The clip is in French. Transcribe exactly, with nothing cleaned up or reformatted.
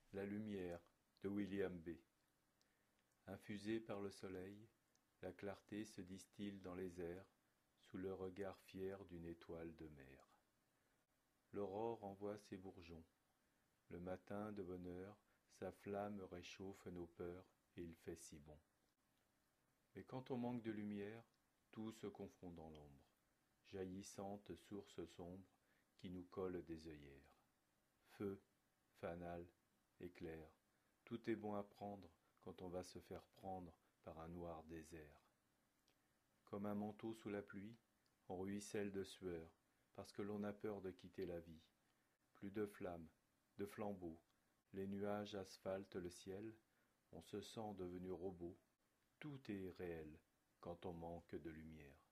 La lumière de William B. Infusée par le soleil, la clarté se distille dans les airs sous le regard fier d'une étoile de mer. L'aurore envoie ses bourgeons. Le matin de bonne heure, sa flamme réchauffe nos peurs et il fait si bon. Mais quand on manque de lumière, tout se confond dans l'ombre, jaillissante source sombre qui nous colle des œillères. Feu, fanal, éclair, tout est bon à prendre quand on va se faire prendre par un noir désert. Comme un manteau sous la pluie, on ruisselle de sueur, parce que l'on a peur de quitter la vie. Plus de flammes, de flambeaux, les nuages asphaltent le ciel, on se sent devenu robot. Tout est réel quand on manque de lumière.